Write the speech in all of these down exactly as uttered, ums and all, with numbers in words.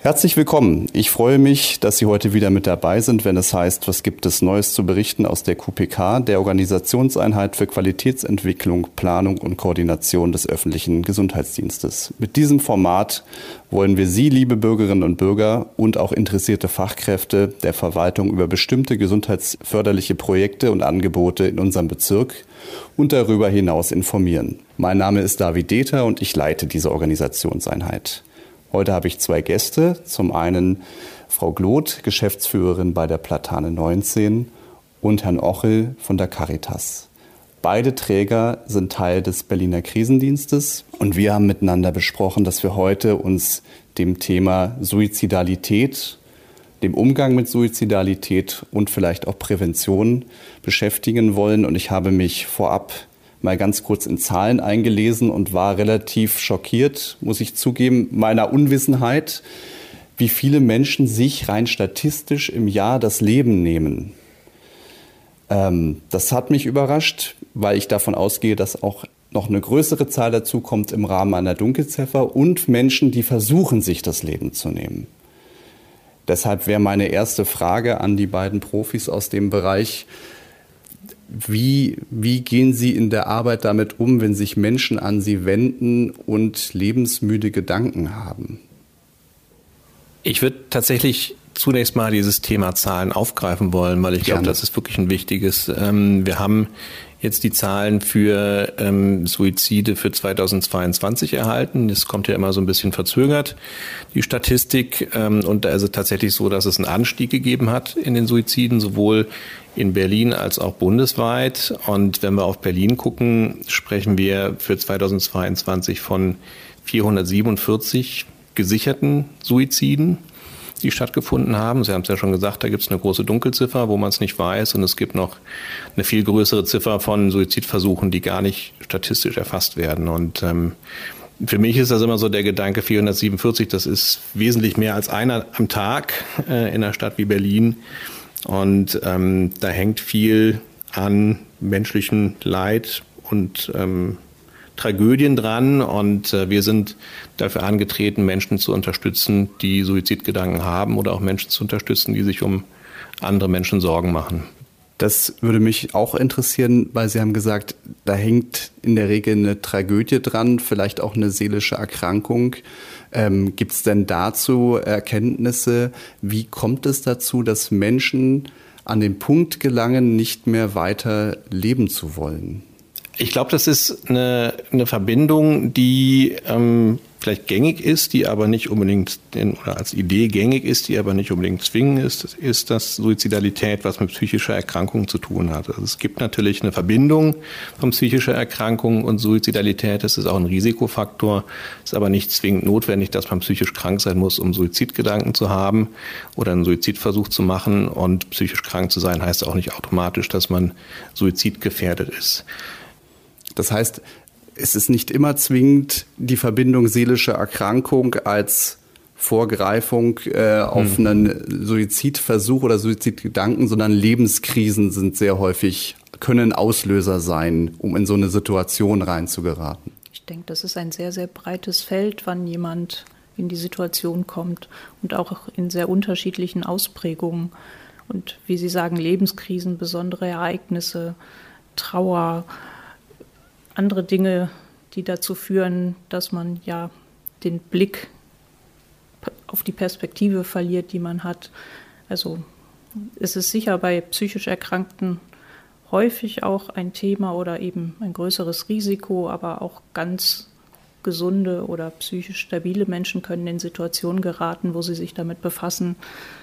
Herzlich willkommen. Ich freue mich, dass Sie heute wieder mit dabei sind, wenn es heißt, was gibt es Neues zu berichten aus der Q P K, der Organisationseinheit für Qualitätsentwicklung, Planung und Koordination des öffentlichen Gesundheitsdienstes. Mit diesem Format wollen wir Sie, liebe Bürgerinnen und Bürger und auch interessierte Fachkräfte der Verwaltung über bestimmte gesundheitsförderliche Projekte und Angebote in unserem Bezirk und darüber hinaus informieren. Mein Name ist David Deter und ich leite diese Organisationseinheit. Heute habe ich zwei Gäste. Zum einen Frau Gloth, Geschäftsführerin bei der Platane neunzehn, und Herrn Ochel von der Caritas. Beide Träger sind Teil des Berliner Krisendienstes und wir haben miteinander besprochen, dass wir heute uns dem Thema Suizidalität, dem Umgang mit Suizidalität und vielleicht auch Prävention beschäftigen wollen. Und ich habe mich vorab mal ganz kurz in Zahlen eingelesen und war relativ schockiert, muss ich zugeben, meiner Unwissenheit, wie viele Menschen sich rein statistisch im Jahr das Leben nehmen. Ähm, das hat mich überrascht, weil ich davon ausgehe, dass auch noch eine größere Zahl dazu kommt im Rahmen einer Dunkelziffer und Menschen, die versuchen, sich das Leben zu nehmen. Deshalb wäre meine erste Frage an die beiden Profis aus dem Bereich: Wie, wie gehen Sie in der Arbeit damit um, wenn sich Menschen an Sie wenden und lebensmüde Gedanken haben? Ich würde tatsächlich zunächst mal dieses Thema Zahlen aufgreifen wollen, weil ich glaube, das ist wirklich ein wichtiges. Ähm, wir haben jetzt die Zahlen für ähm, Suizide für zweitausendzweiundzwanzig erhalten. Das kommt ja immer so ein bisschen verzögert, die Statistik. Ähm, und da ist es tatsächlich so, dass es einen Anstieg gegeben hat in den Suiziden, sowohl in Berlin als auch bundesweit. Und wenn wir auf Berlin gucken, sprechen wir für zweitausendzweiundzwanzig von vierhundertsiebenundvierzig gesicherten Suiziden, die stattgefunden haben. Sie haben es ja schon gesagt, da gibt es eine große Dunkelziffer, wo man es nicht weiß. Und es gibt noch eine viel größere Ziffer von Suizidversuchen, die gar nicht statistisch erfasst werden. Und ähm, für mich ist das immer so der Gedanke, vierhundertsiebenundvierzig, das ist wesentlich mehr als einer am Tag äh, in einer Stadt wie Berlin. Und ähm, da hängt viel an menschlichem Leid und ähm, Tragödien dran. Und äh, wir sind dafür angetreten, Menschen zu unterstützen, die Suizidgedanken haben, oder auch Menschen zu unterstützen, die sich um andere Menschen Sorgen machen. Das würde mich auch interessieren, weil Sie haben gesagt, da hängt in der Regel eine Tragödie dran, vielleicht auch eine seelische Erkrankung. Ähm, gibt es denn dazu Erkenntnisse? Wie kommt es dazu, dass Menschen an den Punkt gelangen, nicht mehr weiter leben zu wollen? Ich glaube, das ist eine, eine Verbindung, die ähm, vielleicht gängig ist, die aber nicht unbedingt, oder als Idee gängig ist, die aber nicht unbedingt zwingend ist, das ist, dass Suizidalität was mit psychischer Erkrankung zu tun hat. Also es gibt natürlich eine Verbindung von psychischer Erkrankung und Suizidalität. Das ist auch ein Risikofaktor. Es ist aber nicht zwingend notwendig, dass man psychisch krank sein muss, um Suizidgedanken zu haben oder einen Suizidversuch zu machen. Und psychisch krank zu sein heißt auch nicht automatisch, dass man suizidgefährdet ist. Das heißt, es ist nicht immer zwingend die Verbindung seelische Erkrankung als Vorgreifung äh, auf hm. einen Suizidversuch oder Suizidgedanken, sondern Lebenskrisen sind sehr häufig, können Auslöser sein, um in so eine Situation reinzugeraten. Ich denke, das ist ein sehr, sehr breites Feld, wann jemand in die Situation kommt, und auch in sehr unterschiedlichen Ausprägungen. Und wie Sie sagen, Lebenskrisen, besondere Ereignisse, Trauer, andere Dinge, die dazu führen, dass man ja den Blick auf die Perspektive verliert, die man hat. Also es ist sicher bei psychisch Erkrankten häufig auch ein Thema oder eben ein größeres Risiko, aber auch ganz gesunde oder psychisch stabile Menschen können in Situationen geraten, wo sie sich damit befassen,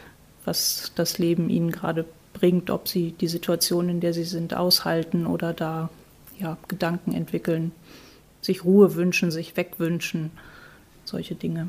was das Leben ihnen gerade bringt, ob sie die Situation, in der sie sind, aushalten oder da ja, Gedanken entwickeln, sich Ruhe wünschen, sich wegwünschen, solche Dinge.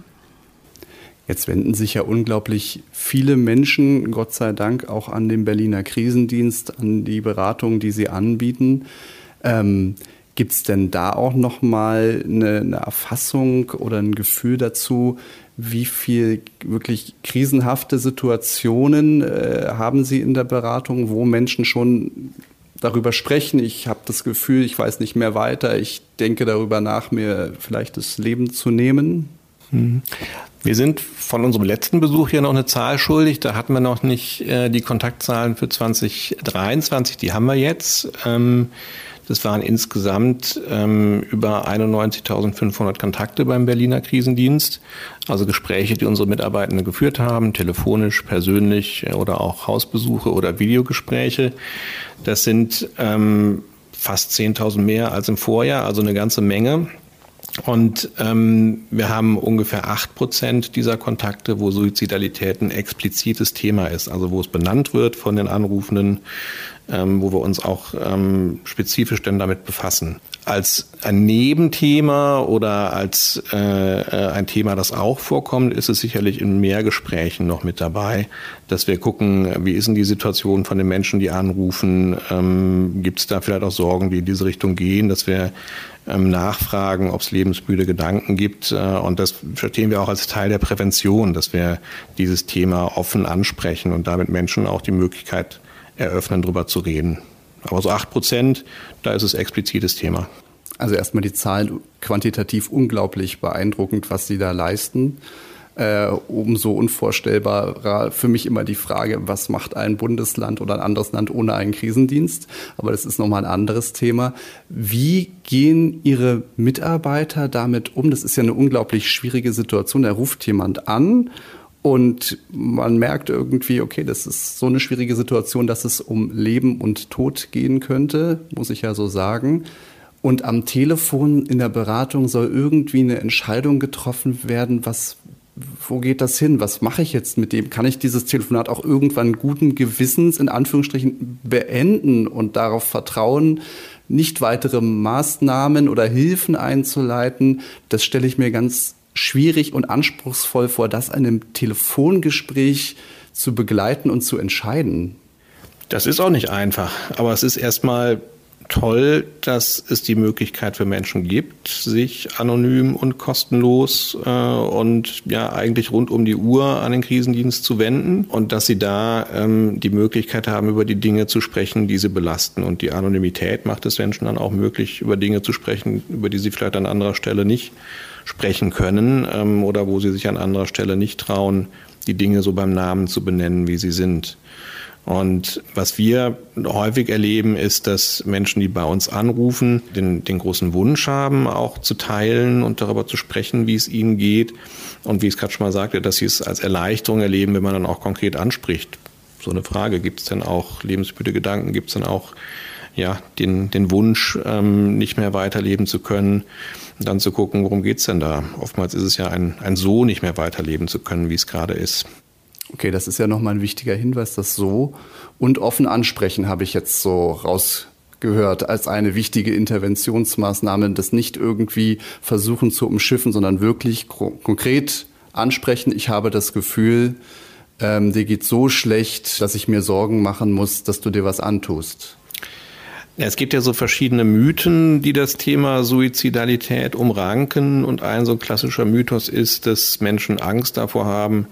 Jetzt wenden sich ja unglaublich viele Menschen, Gott sei Dank, auch an den Berliner Krisendienst, an die Beratung, die sie anbieten. Ähm, gibt es denn da auch nochmal eine, eine Erfassung oder ein Gefühl dazu, wie viel wirklich krisenhafte Situationen äh, haben Sie in der Beratung, wo Menschen schon darüber sprechen, ich habe das Gefühl, ich weiß nicht mehr weiter, ich denke darüber nach, mir vielleicht das Leben zu nehmen? Wir sind von unserem letzten Besuch hier noch eine Zahl schuldig. Da hatten wir noch nicht äh, die Kontaktzahlen für zwanzig dreiundzwanzig. Die haben wir jetzt. Ähm, das waren insgesamt ähm, über einundneunzigtausendfünfhundert Kontakte beim Berliner Krisendienst. Also Gespräche, die unsere Mitarbeitenden geführt haben, telefonisch, persönlich oder auch Hausbesuche oder Videogespräche. Das sind ähm, fast zehntausend mehr als im Vorjahr, also eine ganze Menge. Und ähm, wir haben ungefähr acht Prozent dieser Kontakte, wo Suizidalität ein explizites Thema ist, also wo es benannt wird von den Anrufenden, ähm, wo wir uns auch ähm, spezifisch denn damit befassen. Als ein Nebenthema oder als äh, ein Thema, das auch vorkommt, ist es sicherlich in mehr Gesprächen noch mit dabei, dass wir gucken, wie ist denn die Situation von den Menschen, die anrufen, ähm, gibt es da vielleicht auch Sorgen, die in diese Richtung gehen, dass wir ähm, nachfragen, ob es lebensmüde Gedanken gibt, äh, und das verstehen wir auch als Teil der Prävention, dass wir dieses Thema offen ansprechen und damit Menschen auch die Möglichkeit eröffnen, darüber zu reden. Aber so acht Prozent, da ist es explizites Thema. Also erstmal die Zahlen quantitativ unglaublich beeindruckend, was Sie da leisten. Äh, umso unvorstellbarer für mich immer die Frage, was macht ein Bundesland oder ein anderes Land ohne einen Krisendienst? Aber das ist nochmal ein anderes Thema. Wie gehen Ihre Mitarbeiter damit um? Das ist ja eine unglaublich schwierige Situation. Da ruft jemand an und man merkt irgendwie, okay, das ist so eine schwierige Situation, dass es um Leben und Tod gehen könnte, muss ich ja so sagen. Und am Telefon in der Beratung soll irgendwie eine Entscheidung getroffen werden, was, wo geht das hin? Was mache ich jetzt mit dem? Kann ich dieses Telefonat auch irgendwann guten Gewissens in Anführungsstrichen beenden und darauf vertrauen, nicht weitere Maßnahmen oder Hilfen einzuleiten? Das stelle ich mir ganz schwierig und anspruchsvoll vor, das in einem Telefongespräch zu begleiten und zu entscheiden. Das ist auch nicht einfach, aber es ist erstmal toll, dass es die Möglichkeit für Menschen gibt, sich anonym und kostenlos äh, und ja eigentlich rund um die Uhr an den Krisendienst zu wenden und dass sie da ähm, die Möglichkeit haben, über die Dinge zu sprechen, die sie belasten. Und die Anonymität macht es Menschen dann auch möglich, über Dinge zu sprechen, über die sie vielleicht an anderer Stelle nicht sprechen können ähm, oder wo sie sich an anderer Stelle nicht trauen, die Dinge so beim Namen zu benennen, wie sie sind. Und was wir häufig erleben, ist, dass Menschen, die bei uns anrufen, den, den großen Wunsch haben, auch zu teilen und darüber zu sprechen, wie es ihnen geht. Und wie ich es gerade schon mal sagte, dass sie es als Erleichterung erleben, wenn man dann auch konkret anspricht. So eine Frage, gibt es denn auch lebensmüde Gedanken, gibt es denn auch ja, den, den Wunsch, ähm, nicht mehr weiterleben zu können, und dann zu gucken, worum geht's denn da? Oftmals ist es ja ein, ein So, nicht mehr weiterleben zu können, wie es gerade ist. Okay, das ist ja nochmal ein wichtiger Hinweis, das So und offen ansprechen habe ich jetzt so rausgehört als eine wichtige Interventionsmaßnahme, das nicht irgendwie versuchen zu umschiffen, sondern wirklich ko- konkret ansprechen. Ich habe das Gefühl, ähm, dir geht so schlecht, dass ich mir Sorgen machen muss, dass du dir was antust. Ja, es gibt ja so verschiedene Mythen, die das Thema Suizidalität umranken. Und ein so klassischer Mythos ist, dass Menschen Angst davor haben,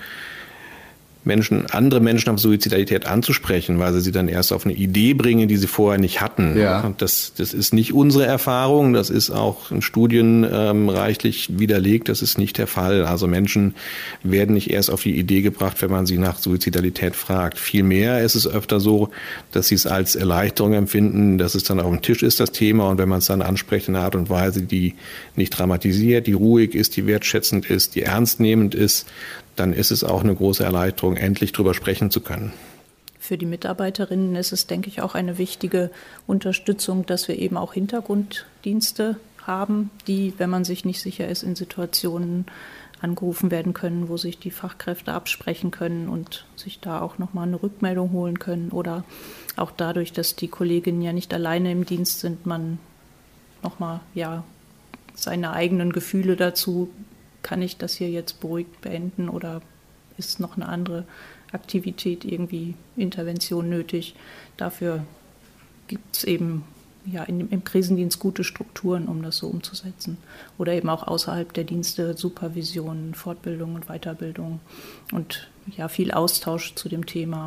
Menschen, andere Menschen auf Suizidalität anzusprechen, weil sie sie dann erst auf eine Idee bringen, die sie vorher nicht hatten. Ja. Und das, das ist nicht unsere Erfahrung, das ist auch in Studien ähm, reichlich widerlegt, das ist nicht der Fall. Also Menschen werden nicht erst auf die Idee gebracht, wenn man sie nach Suizidalität fragt. Vielmehr ist es öfter so, dass sie es als Erleichterung empfinden, dass es dann auf dem Tisch ist, das Thema, und wenn man es dann anspricht in einer Art und Weise, die nicht dramatisiert, die ruhig ist, die wertschätzend ist, die ernstnehmend ist, dann ist es auch eine große Erleichterung, endlich drüber sprechen zu können. Für die Mitarbeiterinnen ist es, denke ich, auch eine wichtige Unterstützung, dass wir eben auch Hintergrunddienste haben, die, wenn man sich nicht sicher ist, in Situationen angerufen werden können, wo sich die Fachkräfte absprechen können und sich da auch nochmal eine Rückmeldung holen können. Oder auch dadurch, dass die Kolleginnen ja nicht alleine im Dienst sind, man nochmal ja, seine eigenen Gefühle dazu, kann ich das hier jetzt beruhigt beenden oder ist noch eine andere Aktivität, irgendwie Intervention nötig? Dafür gibt es eben ja, in, im Krisendienst gute Strukturen, um das so umzusetzen. Oder eben auch außerhalb der Dienste Supervision, Fortbildung und Weiterbildung und ja, viel Austausch zu dem Thema,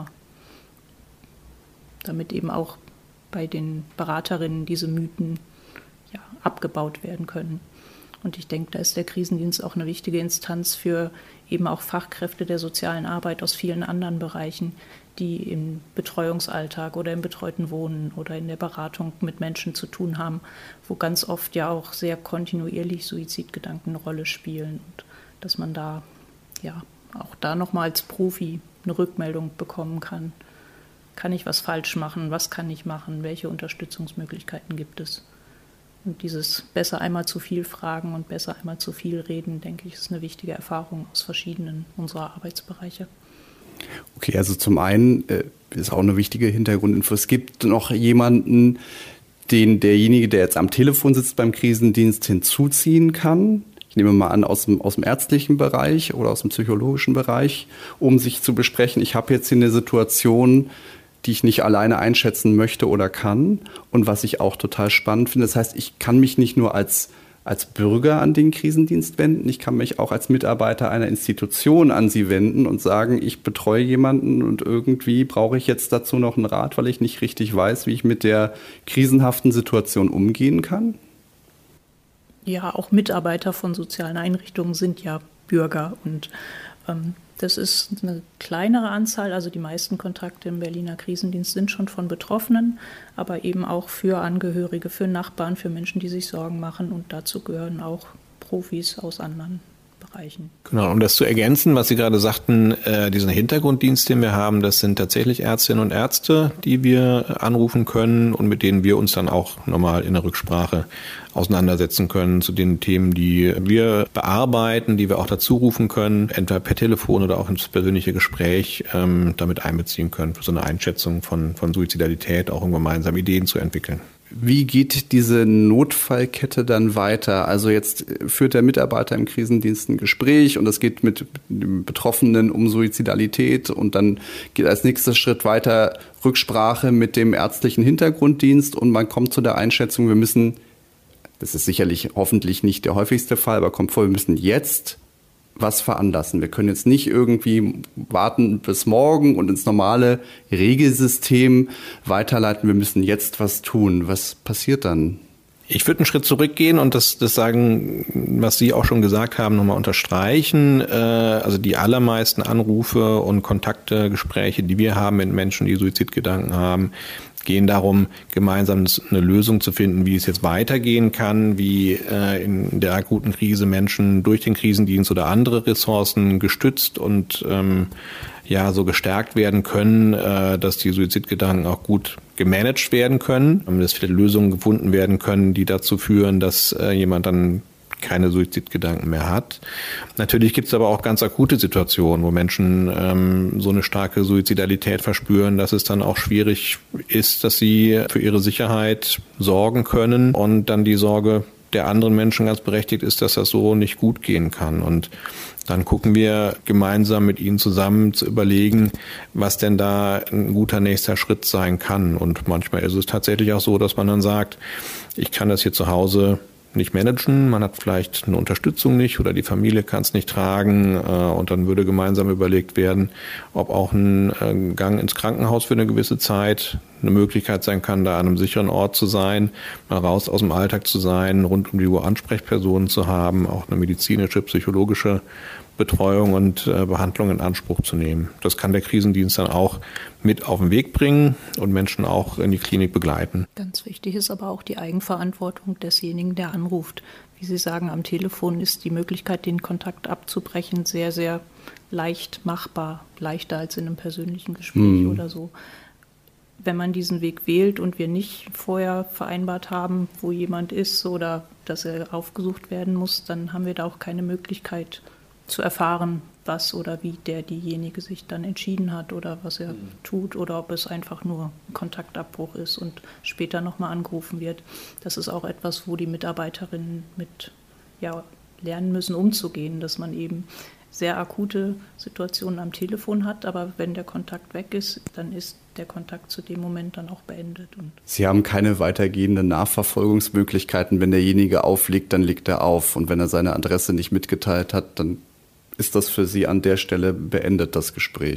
damit eben auch bei den Beraterinnen diese Mythen ja, abgebaut werden können. Und ich denke, da ist der Krisendienst auch eine wichtige Instanz für eben auch Fachkräfte der sozialen Arbeit aus vielen anderen Bereichen, die im Betreuungsalltag oder im betreuten Wohnen oder in der Beratung mit Menschen zu tun haben, wo ganz oft ja auch sehr kontinuierlich Suizidgedanken eine Rolle spielen. Und dass man da ja auch da nochmal als Profi eine Rückmeldung bekommen kann. Kann ich was falsch machen? Was kann ich machen? Welche Unterstützungsmöglichkeiten gibt es? Und dieses besser einmal zu viel fragen und besser einmal zu viel reden, denke ich, ist eine wichtige Erfahrung aus verschiedenen unserer Arbeitsbereiche. Okay, also zum einen äh, ist auch eine wichtige Hintergrundinfo. Es gibt noch jemanden, den derjenige, der jetzt am Telefon sitzt beim Krisendienst, hinzuziehen kann. Ich nehme mal an, aus dem, aus dem ärztlichen Bereich oder aus dem psychologischen Bereich, um sich zu besprechen, ich habe jetzt hier eine Situation, die ich nicht alleine einschätzen möchte oder kann. Und was ich auch total spannend finde, das heißt, ich kann mich nicht nur als als Bürger an den Krisendienst wenden. Ich kann mich auch als Mitarbeiter einer Institution an sie wenden und sagen, ich betreue jemanden und irgendwie brauche ich jetzt dazu noch einen Rat, weil ich nicht richtig weiß, wie ich mit der krisenhaften Situation umgehen kann. Ja, auch Mitarbeiter von sozialen Einrichtungen sind ja Bürger und ähm, das ist eine kleinere Anzahl, also die meisten Kontakte im Berliner Krisendienst sind schon von Betroffenen, aber eben auch für Angehörige, für Nachbarn, für Menschen, die sich Sorgen machen und dazu gehören auch Profis aus anderen Bereichen. Genau, um das zu ergänzen, was Sie gerade sagten, äh, diesen Hintergrunddienst, den wir haben, das sind tatsächlich Ärztinnen und Ärzte, die wir anrufen können und mit denen wir uns dann auch nochmal in der Rücksprache auseinandersetzen können zu den Themen, die wir bearbeiten, die wir auch dazu rufen können, entweder per Telefon oder auch ins persönliche Gespräch ähm, damit einbeziehen können, für so eine Einschätzung von, von Suizidalität, auch um gemeinsam Ideen zu entwickeln. Wie geht diese Notfallkette dann weiter? Also jetzt führt der Mitarbeiter im Krisendienst ein Gespräch und es geht mit dem Betroffenen um Suizidalität und dann geht als nächster Schritt weiter Rücksprache mit dem ärztlichen Hintergrunddienst und man kommt zu der Einschätzung, wir müssen, das ist sicherlich hoffentlich nicht der häufigste Fall, aber kommt vor, wir müssen jetzt was veranlassen. Wir können jetzt nicht irgendwie warten bis morgen und ins normale Regelsystem weiterleiten. Wir müssen jetzt was tun. Was passiert dann? Ich würde einen Schritt zurückgehen und das, das sagen, was Sie auch schon gesagt haben, nochmal unterstreichen. Also die allermeisten Anrufe und Kontakte, Gespräche, die wir haben mit Menschen, die Suizidgedanken haben, gehen darum, gemeinsam eine Lösung zu finden, wie es jetzt weitergehen kann, wie äh, in der akuten Krise Menschen durch den Krisendienst oder andere Ressourcen gestützt und ähm, ja so gestärkt werden können, äh, dass die Suizidgedanken auch gut gemanagt werden können, dass viele Lösungen gefunden werden können, die dazu führen, dass äh, jemand dann keine Suizidgedanken mehr hat. Natürlich gibt es aber auch ganz akute Situationen, wo Menschen ähm, so eine starke Suizidalität verspüren, dass es dann auch schwierig ist, dass sie für ihre Sicherheit sorgen können und dann die Sorge der anderen Menschen ganz berechtigt ist, dass das so nicht gut gehen kann. Und dann gucken wir gemeinsam mit ihnen zusammen zu überlegen, was denn da ein guter nächster Schritt sein kann. Und manchmal ist es tatsächlich auch so, dass man dann sagt, ich kann das hier zu Hause nicht managen, man hat vielleicht eine Unterstützung nicht oder die Familie kann es nicht tragen und dann würde gemeinsam überlegt werden, ob auch ein Gang ins Krankenhaus für eine gewisse Zeit eine Möglichkeit sein kann, da an einem sicheren Ort zu sein, mal raus aus dem Alltag zu sein, rund um die Uhr Ansprechpersonen zu haben, auch eine medizinische, psychologische Betreuung und äh, Behandlung in Anspruch zu nehmen. Das kann der Krisendienst dann auch mit auf den Weg bringen und Menschen auch in die Klinik begleiten. Ganz wichtig ist aber auch die Eigenverantwortung desjenigen, der anruft. Wie Sie sagen, am Telefon ist die Möglichkeit, den Kontakt abzubrechen, sehr, sehr leicht machbar, leichter als in einem persönlichen Gespräch mhm. oder so. Wenn man diesen Weg wählt und wir nicht vorher vereinbart haben, wo jemand ist oder dass er aufgesucht werden muss, dann haben wir da auch keine Möglichkeit zu erfahren, was oder wie der diejenige sich dann entschieden hat oder was er mhm. tut oder ob es einfach nur ein Kontaktabbruch ist und später nochmal angerufen wird. Das ist auch etwas, wo die Mitarbeiterinnen mit ja, lernen müssen, umzugehen, dass man eben sehr akute Situationen am Telefon hat, aber wenn der Kontakt weg ist, dann ist der Kontakt zu dem Moment dann auch beendet. Und Sie haben keine weitergehenden Nachverfolgungsmöglichkeiten. Wenn derjenige auflegt, dann legt er auf. Und wenn er seine Adresse nicht mitgeteilt hat, dann ist das für Sie an der Stelle beendet, das Gespräch.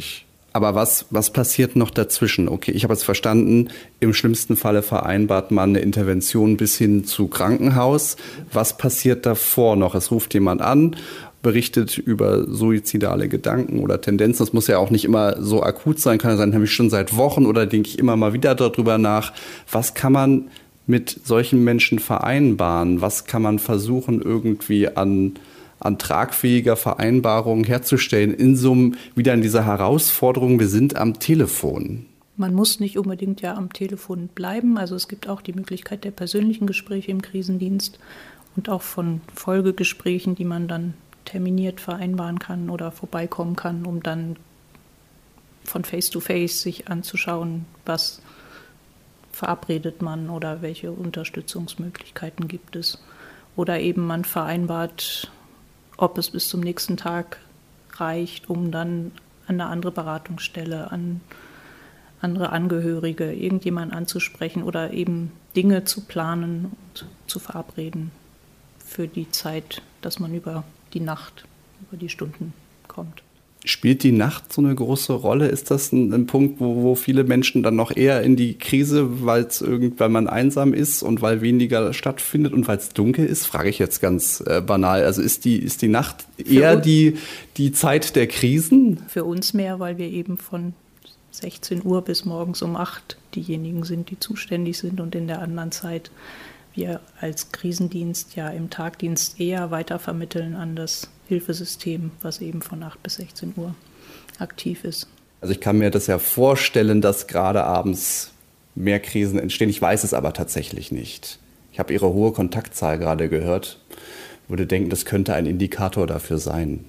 Aber was, was passiert noch dazwischen? Okay, ich habe jetzt verstanden, im schlimmsten Falle vereinbart man eine Intervention bis hin zu Krankenhaus. Was passiert davor noch? Es ruft jemand an, berichtet über suizidale Gedanken oder Tendenzen. Das muss ja auch nicht immer so akut sein, kann ja sein, habe ich schon seit Wochen oder denke ich immer mal wieder darüber nach. Was kann man mit solchen Menschen vereinbaren? Was kann man versuchen, irgendwie an an tragfähiger Vereinbarung herzustellen, in so einem, wieder in dieser Herausforderung, wir sind am Telefon. Man muss nicht unbedingt ja am Telefon bleiben. Also es gibt auch die Möglichkeit der persönlichen Gespräche im Krisendienst und auch von Folgegesprächen, die man dann terminiert vereinbaren kann oder vorbeikommen kann, um dann von Face-to-Face sich anzuschauen, was verabredet man oder welche Unterstützungsmöglichkeiten gibt es. Oder eben man vereinbart, ob es bis zum nächsten Tag reicht, um dann an eine andere Beratungsstelle, an andere Angehörige, irgendjemanden anzusprechen oder eben Dinge zu planen und zu verabreden für die Zeit, dass man über die Nacht, über die Stunden kommt. Spielt die Nacht so eine große Rolle? Ist das ein, ein Punkt, wo, wo viele Menschen dann noch eher in die Krise, weil es irgend, weil man einsam ist und weil weniger stattfindet und weil es dunkel ist? Frage ich jetzt ganz äh, banal. Also ist die, ist die Nacht eher die, die Zeit der Krisen? Für uns mehr, weil wir eben von sechzehn Uhr bis morgens um acht diejenigen sind, die zuständig sind und in der anderen Zeit wir als Krisendienst ja im Tagdienst eher weitervermitteln an das Hilfesystem, was eben von acht bis sechzehn Uhr aktiv ist. Also ich kann mir das ja vorstellen, dass gerade abends mehr Krisen entstehen. Ich weiß es aber tatsächlich nicht. Ich habe Ihre hohe Kontaktzahl gerade gehört. Ich würde denken, das könnte ein Indikator dafür sein.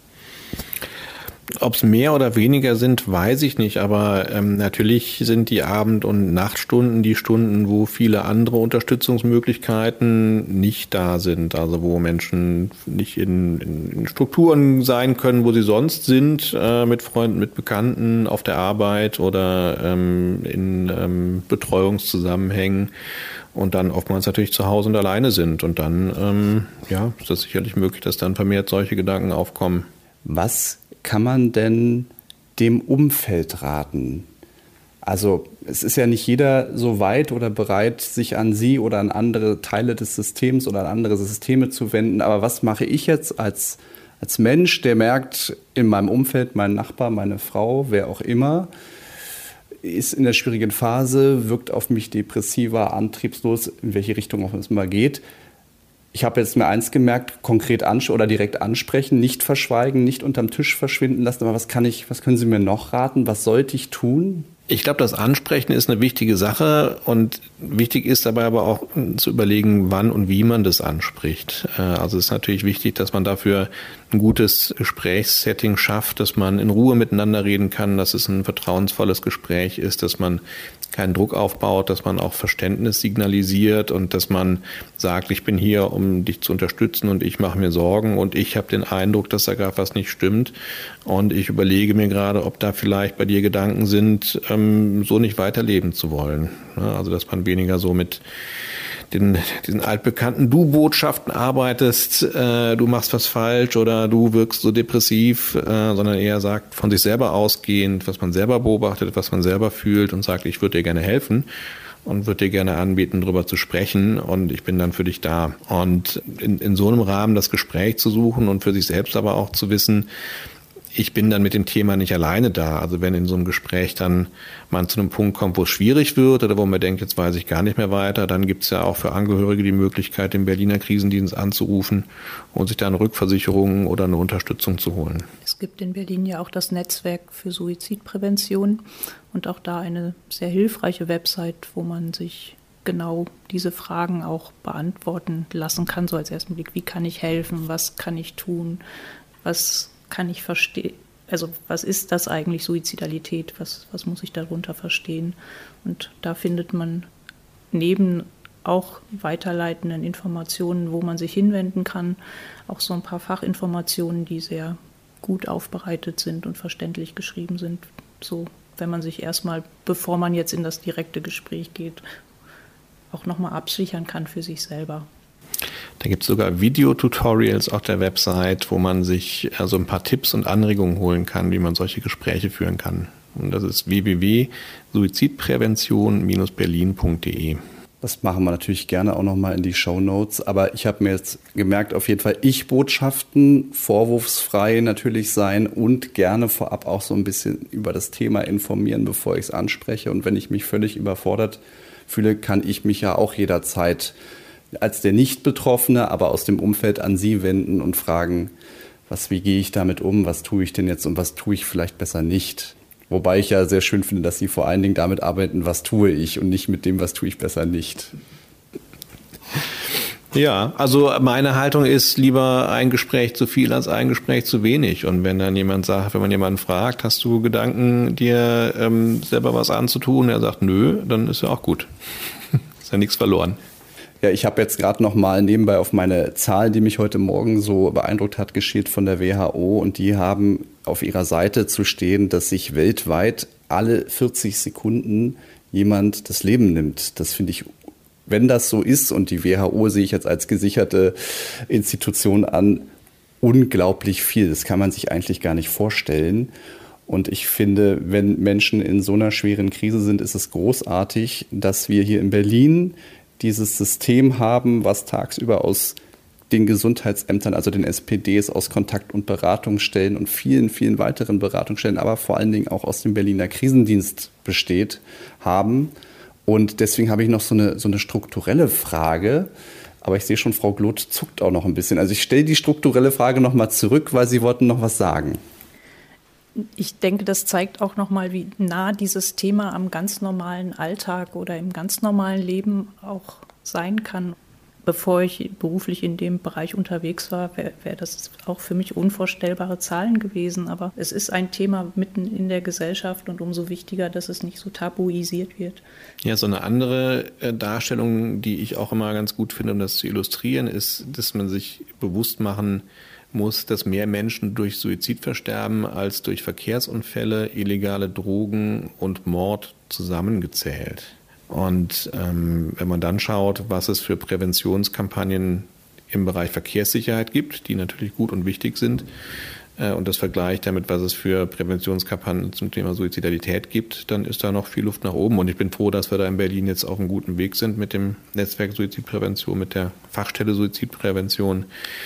Ob es mehr oder weniger sind, weiß ich nicht, aber ähm, natürlich sind die Abend- und Nachtstunden die Stunden, wo viele andere Unterstützungsmöglichkeiten nicht da sind, also wo Menschen nicht in, in Strukturen sein können, wo sie sonst sind, äh, mit Freunden, mit Bekannten auf der Arbeit oder ähm, in ähm, Betreuungszusammenhängen und dann oftmals natürlich zu Hause und alleine sind und dann ähm, ja, ist das sicherlich möglich, dass dann vermehrt solche Gedanken aufkommen. Was kann man denn dem Umfeld raten? Also es ist ja nicht jeder so weit oder bereit, sich an Sie oder an andere Teile des Systems oder an andere Systeme zu wenden. Aber was mache ich jetzt als, als Mensch, der merkt, in meinem Umfeld, mein Nachbar, meine Frau, wer auch immer, ist in der schwierigen Phase, wirkt auf mich depressiver, antriebslos, in welche Richtung auch es immer geht. Ich habe jetzt mir eins gemerkt, konkret ans- oder direkt ansprechen, nicht verschweigen, nicht unterm Tisch verschwinden lassen. Aber was kann ich, was können Sie mir noch raten? Was sollte ich tun? Ich glaube, das Ansprechen ist eine wichtige Sache und wichtig ist dabei aber auch zu überlegen, wann und wie man das anspricht. Also es ist natürlich wichtig, dass man dafür ein gutes Gesprächssetting schafft, dass man in Ruhe miteinander reden kann, dass es ein vertrauensvolles Gespräch ist, dass man keinen Druck aufbaut, dass man auch Verständnis signalisiert und dass man sagt, ich bin hier, um dich zu unterstützen und ich mache mir Sorgen und ich habe den Eindruck, dass da gerade was nicht stimmt und ich überlege mir gerade, ob da vielleicht bei dir Gedanken sind, ähm, so nicht weiterleben zu wollen. Ja, also dass man weniger so mit den, diesen altbekannten Du-Botschaften arbeitest, äh, du machst was falsch oder du wirkst so depressiv, äh, sondern eher sagt, von sich selber ausgehend, was man selber beobachtet, was man selber fühlt und sagt, ich würde dir gerne helfen und würde dir gerne anbieten, darüber zu sprechen und ich bin dann für dich da. Und in, in so einem Rahmen das Gespräch zu suchen und für sich selbst aber auch zu wissen, ich bin dann mit dem Thema nicht alleine da. Also wenn in so einem Gespräch dann man zu einem Punkt kommt, wo es schwierig wird oder wo man denkt, jetzt weiß ich gar nicht mehr weiter, dann gibt es ja auch für Angehörige die Möglichkeit, den Berliner Krisendienst anzurufen und sich da eine Rückversicherung oder eine Unterstützung zu holen. Es gibt in Berlin ja auch das Netzwerk für Suizidprävention und auch da eine sehr hilfreiche Website, wo man sich genau diese Fragen auch beantworten lassen kann, so als ersten Blick. Wie kann ich helfen? Was kann ich tun? Was kann ich verstehen, also was ist das eigentlich, Suizidalität, was, was muss ich darunter verstehen? Und da findet man neben auch weiterleitenden Informationen, wo man sich hinwenden kann, auch so ein paar Fachinformationen, die sehr gut aufbereitet sind und verständlich geschrieben sind, so wenn man sich erstmal, bevor man jetzt in das direkte Gespräch geht, auch nochmal absichern kann für sich selber. Da gibt es sogar Videotutorials auf der Website, wo man sich also ein paar Tipps und Anregungen holen kann, wie man solche Gespräche führen kann. Und das ist w w w punkt suizidprävention Bindestrich berlin punkt d e. Das machen wir natürlich gerne auch nochmal in die Shownotes. Aber ich habe mir jetzt gemerkt, auf jeden Fall Ich-Botschaften, vorwurfsfrei natürlich sein und gerne vorab auch so ein bisschen über das Thema informieren, bevor ich es anspreche. Und wenn ich mich völlig überfordert fühle, kann ich mich ja auch jederzeit als der Nicht-Betroffene, aber aus dem Umfeld an Sie wenden und fragen, was, wie gehe ich damit um, was tue ich denn jetzt und was tue ich vielleicht besser nicht. Wobei ich ja sehr schön finde, dass Sie vor allen Dingen damit arbeiten, was tue ich und nicht mit dem, was tue ich besser nicht. Ja, also meine Haltung ist lieber ein Gespräch zu viel als ein Gespräch zu wenig. Und wenn dann jemand sagt, wenn man jemanden fragt, hast du Gedanken, dir ähm, selber was anzutun? Er sagt, nö, dann ist ja auch gut. Ist ja nichts verloren. Ja, ich habe jetzt gerade noch mal nebenbei auf meine Zahl, die mich heute Morgen so beeindruckt hat, geschielt von der W H O. Und die haben auf ihrer Seite zu stehen, dass sich weltweit alle vierzig Sekunden jemand das Leben nimmt. Das finde ich, wenn das so ist, und die W H O sehe ich jetzt als gesicherte Institution an, unglaublich viel. Das kann man sich eigentlich gar nicht vorstellen. Und ich finde, wenn Menschen in so einer schweren Krise sind, ist es großartig, dass wir hier in Berlin dieses System haben, was tagsüber aus den Gesundheitsämtern, also den S P Ds, aus Kontakt- und Beratungsstellen und vielen, vielen weiteren Beratungsstellen, aber vor allen Dingen auch aus dem Berliner Krisendienst besteht, haben. Und deswegen habe ich noch so eine, so eine strukturelle Frage. Aber ich sehe schon, Frau Gloth zuckt auch noch ein bisschen. Also ich stelle die strukturelle Frage noch mal zurück, weil Sie wollten noch was sagen. Ich denke, das zeigt auch nochmal, wie nah dieses Thema am ganz normalen Alltag oder im ganz normalen Leben auch sein kann. Bevor ich beruflich in dem Bereich unterwegs war, wäre wär das auch für mich unvorstellbare Zahlen gewesen. Aber es ist ein Thema mitten in der Gesellschaft und umso wichtiger, dass es nicht so tabuisiert wird. Ja, so eine andere Darstellung, die ich auch immer ganz gut finde, um das zu illustrieren, ist, dass man sich bewusst machen muss, dass mehr Menschen durch Suizid versterben als durch Verkehrsunfälle, illegale Drogen und Mord zusammengezählt. Und ähm, wenn man dann schaut, was es für Präventionskampagnen im Bereich Verkehrssicherheit gibt, die natürlich gut und wichtig sind, äh, und das vergleicht damit, was es für Präventionskampagnen zum Thema Suizidalität gibt, dann ist da noch viel Luft nach oben. Und ich bin froh, dass wir da in Berlin jetzt auf einem guten Weg sind mit dem Netzwerk Suizidprävention, mit der Fachstelle Suizidprävention,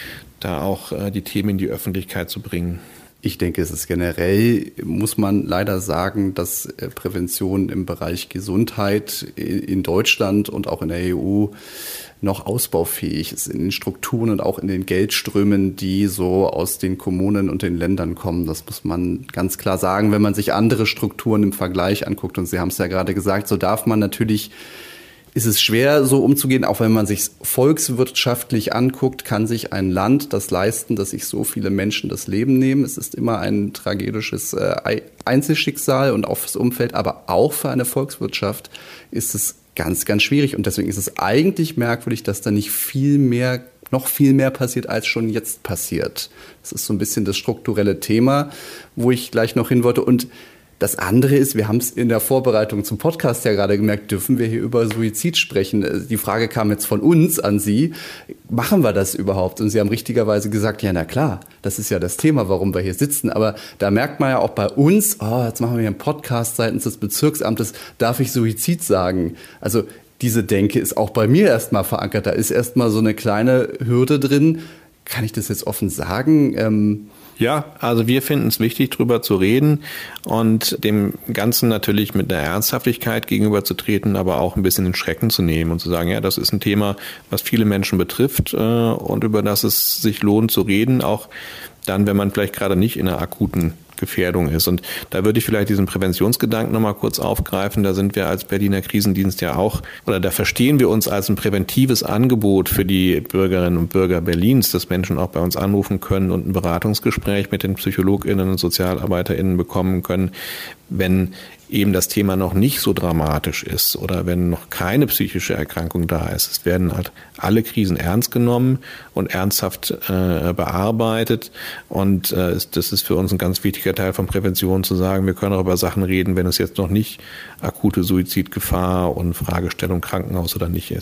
da auch äh, die Themen in die Öffentlichkeit zu bringen. Ich denke, es ist generell, muss man leider sagen, dass Prävention im Bereich Gesundheit in Deutschland und auch in der E U noch ausbaufähig ist in den Strukturen und auch in den Geldströmen, die so aus den Kommunen und den Ländern kommen. Das muss man ganz klar sagen, wenn man sich andere Strukturen im Vergleich anguckt. Und Sie haben es ja gerade gesagt, so darf man natürlich, ist es schwer, so umzugehen, auch wenn man sich volkswirtschaftlich anguckt, kann sich ein Land das leisten, dass sich so viele Menschen das Leben nehmen. Es ist immer ein tragedisches äh, Einzelschicksal und auch fürs Umfeld, aber auch für eine Volkswirtschaft ist es ganz, ganz schwierig. Und deswegen ist es eigentlich merkwürdig, dass da nicht viel mehr, noch viel mehr passiert, als schon jetzt passiert. Das ist so ein bisschen das strukturelle Thema, wo ich gleich noch hin wollte. Und das andere ist, wir haben es in der Vorbereitung zum Podcast ja gerade gemerkt, dürfen wir hier über Suizid sprechen? Die Frage kam jetzt von uns an Sie, machen wir das überhaupt? Und Sie haben richtigerweise gesagt, ja, na klar, das ist ja das Thema, warum wir hier sitzen. Aber da merkt man ja auch bei uns, oh, jetzt machen wir hier einen Podcast seitens des Bezirksamtes, darf ich Suizid sagen? Also diese Denke ist auch bei mir erstmal verankert. Da ist erstmal so eine kleine Hürde drin. Kann ich das jetzt offen sagen? Ähm, Ja, also wir finden es wichtig, drüber zu reden und dem Ganzen natürlich mit einer Ernsthaftigkeit gegenüberzutreten, aber auch ein bisschen den Schrecken zu nehmen und zu sagen, ja, das ist ein Thema, was viele Menschen betrifft äh, und über das es sich lohnt zu reden, auch dann, wenn man vielleicht gerade nicht in einer akuten Gefährdung ist. Und da würde ich vielleicht diesen Präventionsgedanken nochmal kurz aufgreifen. Da sind wir als Berliner Krisendienst ja auch, oder da verstehen wir uns als ein präventives Angebot für die Bürgerinnen und Bürger Berlins, dass Menschen auch bei uns anrufen können und ein Beratungsgespräch mit den PsychologInnen und SozialarbeiterInnen bekommen können, wenn eben das Thema noch nicht so dramatisch ist oder wenn noch keine psychische Erkrankung da ist. Es werden halt alle Krisen ernst genommen und ernsthaft äh, bearbeitet und äh, das ist für uns ein ganz wichtiger Teil von Prävention, zu sagen, wir können auch über Sachen reden, wenn es jetzt noch nicht akute Suizidgefahr und Fragestellung Krankenhaus oder nicht ist.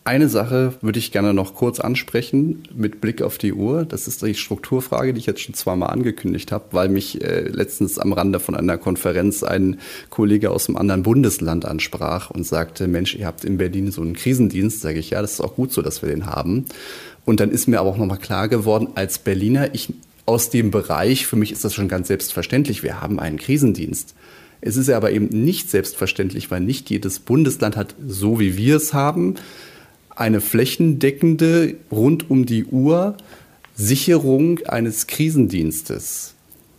Eine Sache würde ich gerne noch kurz ansprechen mit Blick auf die Uhr. Das ist die Strukturfrage, die ich jetzt schon zweimal angekündigt habe, weil mich äh, letztens am Rande von einer Konferenz ein Kollege aus einem anderen Bundesland ansprach und sagte, Mensch, ihr habt in Berlin so einen Krisendienst. Sage ich, ja, das ist auch gut so, dass wir den haben. Und dann ist mir aber auch nochmal klar geworden, als Berliner, ich aus dem Bereich, für mich ist das schon ganz selbstverständlich, wir haben einen Krisendienst. Es ist aber eben nicht selbstverständlich, weil nicht jedes Bundesland hat, so wie wir es haben, eine flächendeckende, rund um die Uhr Sicherung eines Krisendienstes.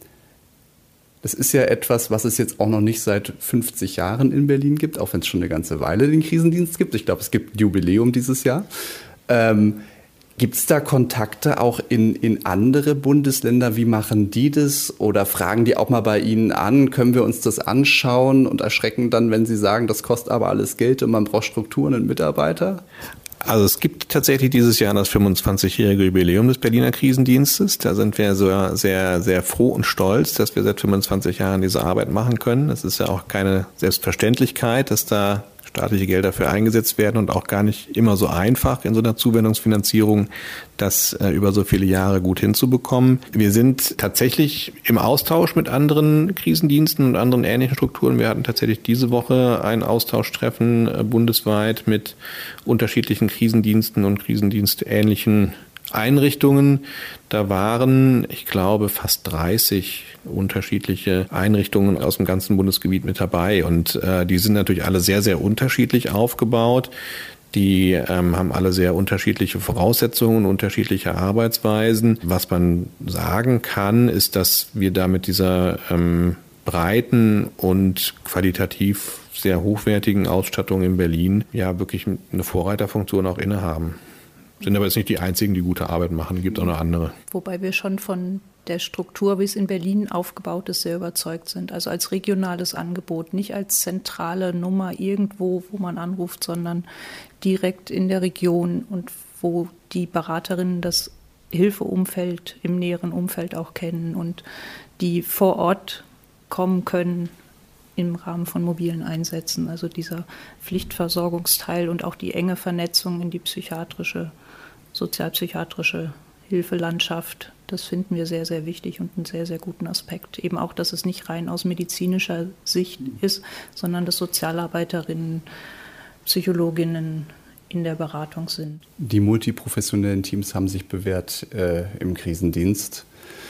Das ist ja etwas, was es jetzt auch noch nicht seit fünfzig Jahren in Berlin gibt, auch wenn es schon eine ganze Weile den Krisendienst gibt. Ich glaube, es gibt ein Jubiläum dieses Jahr. Ähm, Gibt es da Kontakte auch in, in andere Bundesländer? Wie machen die das? Oder fragen die auch mal bei Ihnen an? Können wir uns das anschauen und erschrecken dann, wenn Sie sagen, das kostet aber alles Geld und man braucht Strukturen und Mitarbeiter? Also es gibt tatsächlich dieses Jahr das fünfundzwanzigjährige Jubiläum des Berliner Krisendienstes. Da sind wir so sehr, sehr froh und stolz, dass wir seit fünfundzwanzig Jahren diese Arbeit machen können. Es ist ja auch keine Selbstverständlichkeit, dass da staatliche Gelder dafür eingesetzt werden und auch gar nicht immer so einfach in so einer Zuwendungsfinanzierung, das äh, über so viele Jahre gut hinzubekommen. Wir sind tatsächlich im Austausch mit anderen Krisendiensten und anderen ähnlichen Strukturen. Wir hatten tatsächlich diese Woche ein Austauschtreffen äh, bundesweit mit unterschiedlichen Krisendiensten und krisendienstähnlichen Einrichtungen. Da waren, ich glaube, fast dreißig unterschiedliche Einrichtungen aus dem ganzen Bundesgebiet mit dabei. Und äh, die sind natürlich alle sehr, sehr unterschiedlich aufgebaut. Die ähm, haben alle sehr unterschiedliche Voraussetzungen, unterschiedliche Arbeitsweisen. Was man sagen kann, ist, dass wir da mit dieser ähm, breiten und qualitativ sehr hochwertigen Ausstattung in Berlin ja wirklich eine Vorreiterfunktion auch innehaben. Sind aber jetzt nicht die einzigen, die gute Arbeit machen. Es gibt auch noch andere. Wobei wir schon von der Struktur, wie es in Berlin aufgebaut ist, sehr überzeugt sind. Also als regionales Angebot, nicht als zentrale Nummer irgendwo, wo man anruft, sondern direkt in der Region und wo die Beraterinnen das Hilfeumfeld im näheren Umfeld auch kennen und die vor Ort kommen können im Rahmen von mobilen Einsätzen. Also dieser Pflichtversorgungsteil und auch die enge Vernetzung in die psychiatrische, sozialpsychiatrische Hilfelandschaft, das finden wir sehr, sehr wichtig und einen sehr, sehr guten Aspekt. Eben auch, dass es nicht rein aus medizinischer Sicht ist, sondern dass Sozialarbeiterinnen, Psychologinnen in der Beratung sind. Die multiprofessionellen Teams haben sich bewährt äh, im Krisendienst.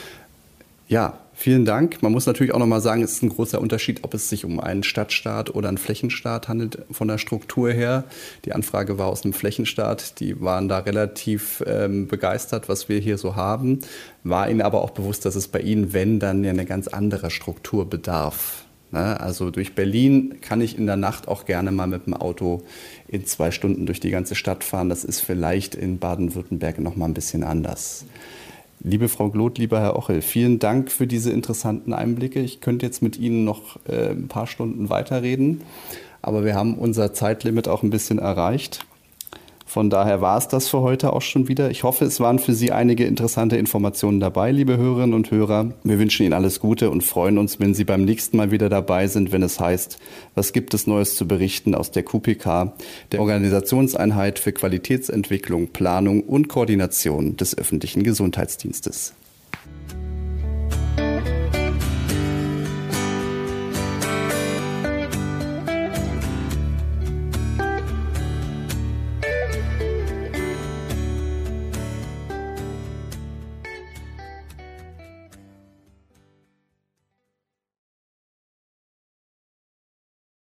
Ja, vielen Dank. Man muss natürlich auch noch mal sagen, es ist ein großer Unterschied, ob es sich um einen Stadtstaat oder einen Flächenstaat handelt von der Struktur her. Die Anfrage war aus einem Flächenstaat. Die waren da relativ ähm, begeistert, was wir hier so haben. War ihnen aber auch bewusst, dass es bei ihnen, wenn, dann ja eine ganz andere Struktur bedarf. Ne? Also durch Berlin kann ich in der Nacht auch gerne mal mit dem Auto in zwei Stunden durch die ganze Stadt fahren. Das ist vielleicht in Baden-Württemberg noch mal ein bisschen anders. Liebe Frau Gloth, lieber Herr Ochel, vielen Dank für diese interessanten Einblicke. Ich könnte jetzt mit Ihnen noch äh, ein paar Stunden weiterreden, aber wir haben unser Zeitlimit auch ein bisschen erreicht. Von daher war es das für heute auch schon wieder. Ich hoffe, es waren für Sie einige interessante Informationen dabei, liebe Hörerinnen und Hörer. Wir wünschen Ihnen alles Gute und freuen uns, wenn Sie beim nächsten Mal wieder dabei sind, wenn es heißt, was gibt es Neues zu berichten aus der Q P K, der Organisationseinheit für Qualitätsentwicklung, Planung und Koordination des öffentlichen Gesundheitsdienstes.